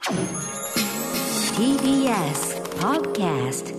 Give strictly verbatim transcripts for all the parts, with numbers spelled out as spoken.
ティービーエス Podcast。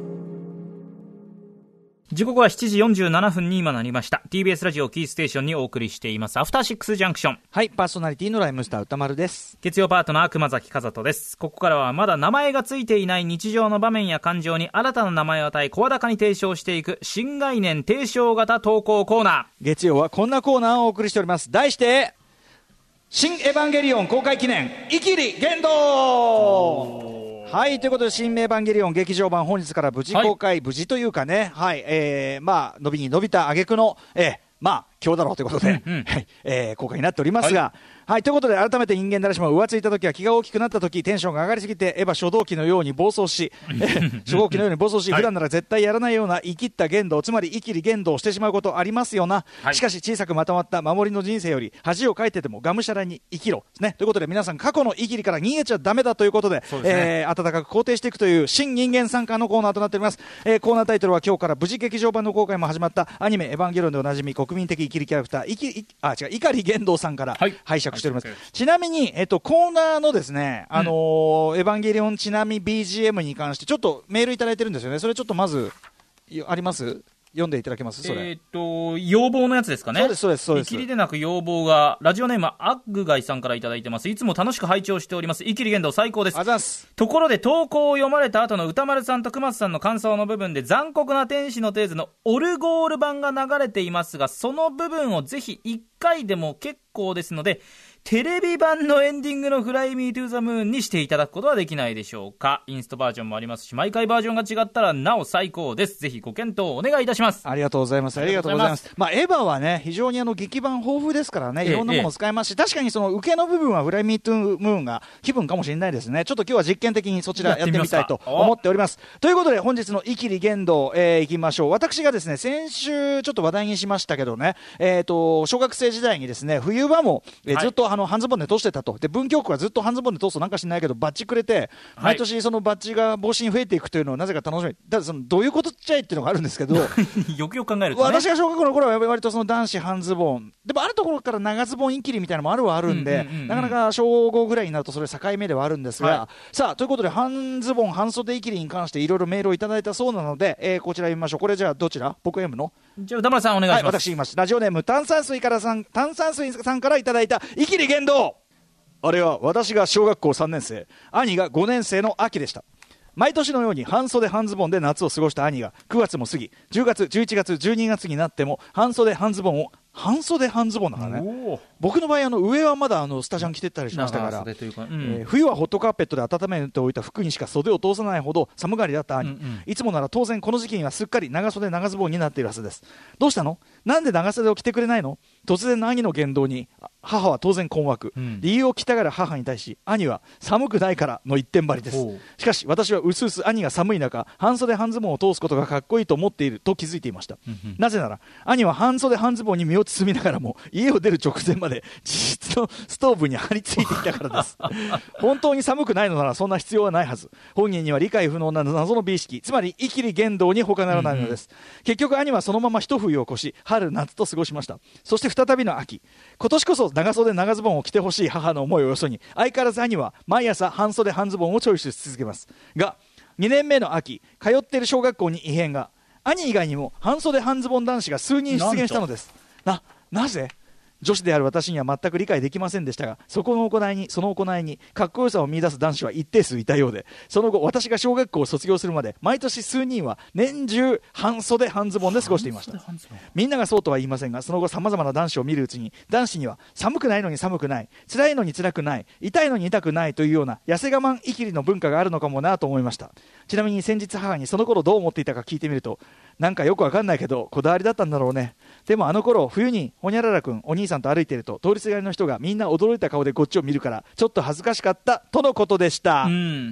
時刻はしちじよんじゅうななふんに今なりました。 ティービーエス ラジオキーステーションにお送りしていますアフターシックスジャンクション。 はい、パーソナリティのライムスター歌丸です。 月曜パートナー熊崎和人です。ここからはまだ名前がついていない日常の場面や感情に新たな名前を与え声高に提唱していく新概念提唱型投稿コーナー。 月曜はこんなコーナーをお送りしております。題して新エヴァンゲリオン公開記念イキリ言動。はい、ということで新エヴァンゲリオン劇場版本日から無事公開、はい、無事というかね、はい、えー、まあ伸びに伸びた挙句の、えー、まあ今日だろうということで、うんうん、はい、えー、公開になっておりますが、はいはい、ということで改めて人間誰しも浮ついた時は気が大きくなった時テンションが上がりすぎてエヴァ初動機のように暴走し初号機のように暴走し、はい、普段なら絶対やらないような生きった言動、つまりイキリ言動をしてしまうことありますよな、はい、しかし小さくまとまった守りの人生より恥をかいててもがむしゃらに生きろ、ね、ということで皆さん過去のイキリから逃げちゃダメだということで、ねえー、温かく肯定していくという新人間参加のコーナーとなっております、えー、コーナータイトルは今日から無事劇場版の公開も始まったアニメエヴァンゲリオンでおなじみ国民的イキリキャラクターイキあ違う碇玄道さんから拝借しております、はい、ちなみに、えっと、コーナーのですね、あのーうん、エヴァンゲリオンちなみ ビージーエム に関してちょっとメールいただいてるんですよね。それちょっとまずあります？読んでいただけます？それ、えー、っと要望のやつですかね。 そうですそうですそうです。 イキリでなく要望がラジオネームアッグガイさんからいただいてます。いつも楽しく拝聴しております。イキリ言動最高です。 あざます。 ところで投稿を読まれた後の歌丸さんと熊津さんの感想の部分で残酷な天使のテーゼのオルゴール版が流れていますが、その部分をぜひいっかいでも結構ですのでテレビ版のエンディングのフライミートゥーザムーンにしていただくことはできないでしょうか。インストバージョンもありますし毎回バージョンが違ったらなお最高です。ぜひご検討お願いいたします。 ありがとうございます。ありがとうございます。まあ、エヴァはね非常にあの劇版豊富ですからね、いろんなものを使えますし、ええ、確かにその受けの部分はフライミートゥームーンが気分かもしれないですね。ちょっと今日は実験的にそちらやってみたいと思っております。ということで本日のイキリ言動、えー、いきましょう。私がですね先週ちょっと話題にしましたけどね、えー、と小学生時代にですね冬場も、えー、ずっとあの半ズボンで通してとで文京区はずっと半ズボンで通すとなんかしないけどバッジくれて、はい、毎年そのバッジが帽子に増えていくというのをなぜか楽しみ。ただそのどういうことっちゃいっていうのがあるんですけどよくよく考えると、ね、 私が小学校の頃は割とその男子半ズボンでもあるところから長ズボンインキリみたいなのもあるはあるんで、うんうんうんうん、なかなか小ごぐらいになるとそれ境目ではあるんですが、はい、さあということで半ズボン半袖イキリに関していろいろメールをいただいたそうなので、えー、こちら読みましょう。これじゃあどちら僕読むの？ じゃあ歌丸さんお願いします。 はい、私言います。ラジオネーム炭酸水からさん炭酸水さんからいただいたイキリ言動。あれは私が小学校さんねん生、兄がごねん生の秋でした。毎年のように半袖半ズボンで夏を過ごした兄がくがつも過ぎじゅうがつじゅういちがつじゅうにがつになっても半袖半ズボンを半袖半ズボンだからね。僕の場合あの上はまだあのスタジャン着てったりしましたから、うん、えー、冬はホットカーペットで温めておいた服にしか袖を通さないほど寒がりだった兄、うんうん、いつもなら当然この時期にはすっかり長袖長ズボンになっているはずです。どうしたの？なんで長袖を着てくれないの？突然の兄の言動に母は当然困惑、うん、理由を聞きたがる母に対し兄は寒くないからの一点張りです。しかし私はうすうす兄が寒い中半袖半ズボンを通すことがかっこいいと思っていると気づいていました、うんうん、なぜなら兄は半袖半ズボンに身を包みながらも家を出る直前まで自室のストーブに張り付いていたからです本当に寒くないのならそんな必要はないはず。本人には理解不能な謎の美意識、つまりイキリ言動に他ならないのです、うんうん、結局兄はそのまま一冬を越し春夏と過ごしました。そして再びの秋、今年こそ長袖長ズボンを着てほしい母の思いをよそに相変わらず兄は毎朝半袖半ズボンをチョイスし続けますが、にねんめの秋通っている小学校に異変が。兄以外にも半袖半ズボン男子が数人出現したのです。な、なぜ？女子である私には全く理解できませんでしたが、そこの行いにその行いにかっこよさを見出す男子は一定数いたようで、その後私が小学校を卒業するまで毎年数人は年中半袖半ズボンで過ごしていました。みんながそうとは言いませんが、その後さまざまな男子を見るうちに男子には寒くないのに寒くない、辛いのに辛くない、痛いのに痛くないというような痩せ我慢イキリの文化があるのかもなと思いました。ちなみに先日母にその頃どう思っていたか聞いてみると、なんかよくわかんないけどこだわりだったんだろうね。でもあの頃冬にホニャララ君お兄さんと歩いていると通りすがりの人がみんな驚いた顔でこっちを見るからちょっと恥ずかしかったとのことでした、うん、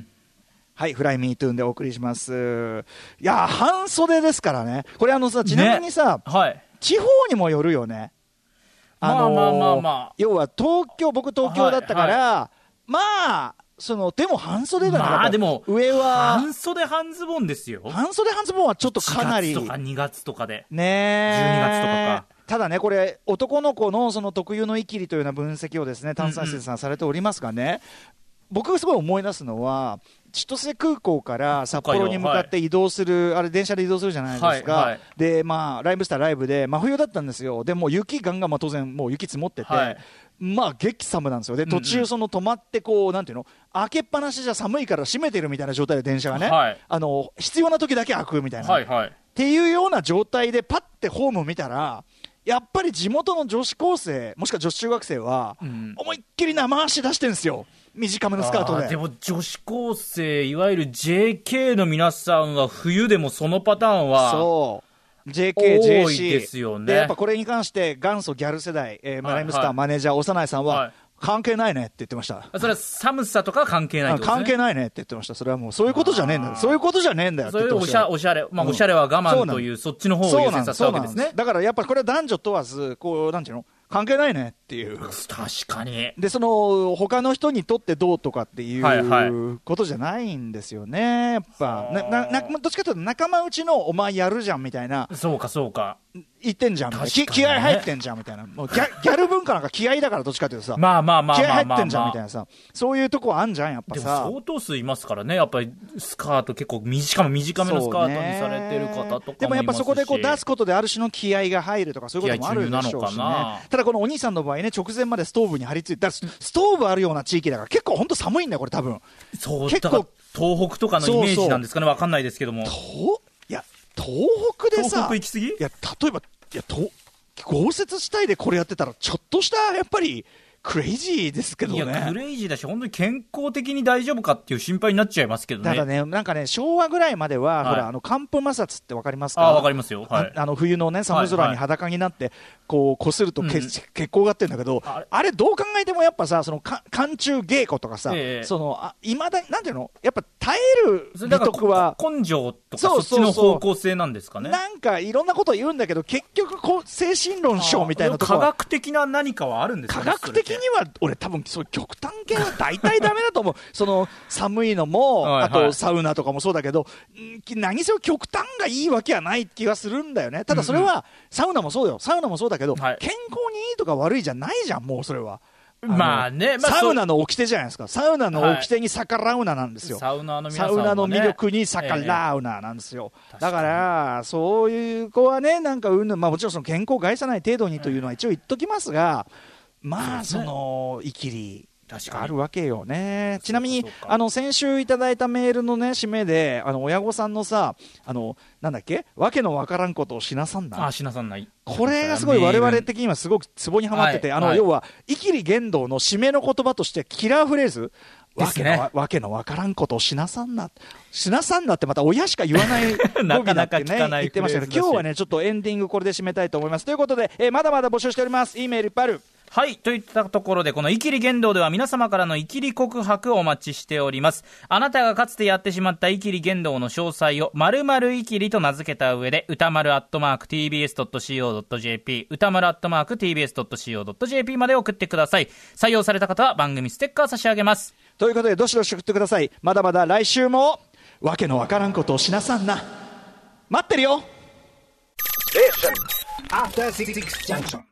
はい、フライミートゥーンでお送りします。いや半袖ですからね。これあのさ、ちなみにさ、ね、はい、地方にもよるよね。あのー、まあまあまあまあ、要は東京、僕東京だったから、はいはい、まあそのでも半袖だから、 まあ、でも上は半袖半ズボンですよ。 半袖半ズボンはちょっとかなりいちがつとかにがつとかでね、 じゅうにがつとかか。 ただね、これ男の子のその特有のイキリというような分析をですね炭酸水さんされておりますがね、 僕がすごい思い出すのは千歳空港から札幌に向かって移動する、はい、あれ電車で移動するじゃないですか、はいはい、でまあライブスターライブで真冬だったんですよ。でもう雪ガンガン、まあ、当然もう雪積もってて、はい、まあ激寒なんですよ。で途中その止まってこうなんていうの開けっぱなしじゃ寒いから閉めてるみたいな状態で電車がね、はい、あの必要な時だけ開くみたいな、はいはい、っていうような状態でパッてホームを見たらやっぱり地元の女子高生もしくは女子中学生は思いっきり生足出してるんですよ、短めのスカートで。 でも女子高生いわゆる ジェーケー の皆さんは冬でもそのパターンはそうジェーケー、ジェーシーですよね。 でやっぱこれに関して元祖ギャル世代、えーはいはい、ライムスターマネージャー長内さんは、はい、関係ないねって言ってました。 それは寒さとか関係ないってことですね。 関係ないねって言ってました。それはもうそういうことじゃねえんだよ、そういうことじゃねえんだよって言ってました。 そういうおしゃれ、まあ、おしゃれは我慢という、うん、そっちの方を優先させたわけですね。 だからやっぱりこれは男女問わずこうなんていうの関係ないねっていう。 確かに。 でその他の人にとってどうとかっていう、はいはい、ことじゃないんですよね。やっぱなななどっちかというと仲間内のお前やるじゃんみたいな。 そうかそうか。 言ってんじゃんみたいな、ね、気合入ってんじゃんみたいな。もうギャギャル文化なんか気合だからどっちかというとさ、 まあまあまあまあまあ、まあ、 気合入ってんじゃんみたいなさ、そういうとこあんじゃんやっぱさ。 でも相当数いますからね、やっぱりスカート結構しかも短めのスカートにされてる方とかもいますし、 でもやっぱそこでこう出すことである種の気合が入るとかそういうこともあるでしょうしね。ただこのお兄さんの場合ね、直前までストーブに張り付いて、ストーブあるような地域だから結構本当寒いんだよこれ多分。 そう結構東北とかのイメージなんですかね、分かんないですけども。 いや東北でさ、 東北行き過ぎ？いや例えばいやと豪雪地帯でこれやってたらちょっとしたやっぱりクレイジーですけどね。 いやクレイジーだし本当に健康的に大丈夫かっていう心配になっちゃいますけどね。 ただねなんかね昭和ぐらいまでは、はい、ほらあの寒風摩擦ってわかりますか？ あわかりますよ、はい、 あ, あの冬のね寒空に裸になって、はいはい、こう擦ると血、うん、血行がってるんだけど、あ れ, あれどう考えてもやっぱさその寒中稽古とかさ、ええ、そのあいまだなんていうのやっぱ耐える美徳は根性とかそっちの方向性なんですかね。 なんかいろんなこと言うんだけど結局こう精神論章みたいなところ科学的な何かはあるんですかね。 科学的には俺多分そう極端系は大体ダメだと思うその寒いのもはい、はい、あとサウナとかもそうだけど何せよ極端がいいわけはない気がするんだよね。ただそれは、うんうん、サウナもそうよサウナもそうだけど、はい、健康にいいとか悪いじゃないじゃんもうそれは。あまあね、まあ、 サウナの掟じゃないですか。サウナの掟に逆らうななんですよ、はい、 サウナの皆さんはね、 サウナの魅力に逆らうななんですよ、えー、だからそういう子はねなんかうんぬん、まあ、もちろんその健康を害さない程度にというのは一応言っときますが、まあそのイキリあるわけよね。ちなみにあの先週いただいたメールのね締めであの親御さんのさあのなんだっけわけのわからんことをしなさんなあしなさんないこれがすごい我々的にはすごくツボにはまってて、はい、あの、はい、要はイキリ言動の締めの言葉としてキラーフレーズわけのわけのわからんことをしなさんなしなさんなってまた親しか言わないなかなか聞かない言ってましたけど今日はねちょっとエンディングこれで締めたいと思います。ということで、えー、まだまだ募集しております。 E メールいっぱいある。 はい。といったところで、このイキリ言動では皆様からのイキリ告白をお待ちしております。あなたがかつてやってしまったイキリ言動の詳細を〇〇イキリと名付けた上で、歌丸アットマーク ティービーエスドットシーオードットジェーピー、歌丸アットマーク ティービーエスドットシーオードットジェーピー まで送ってください。採用された方は番組ステッカー差し上げます。 ということで、どしどし送ってください。まだまだ来週も、わけのわからんことをしなさんな。待ってるよ。After シックス junction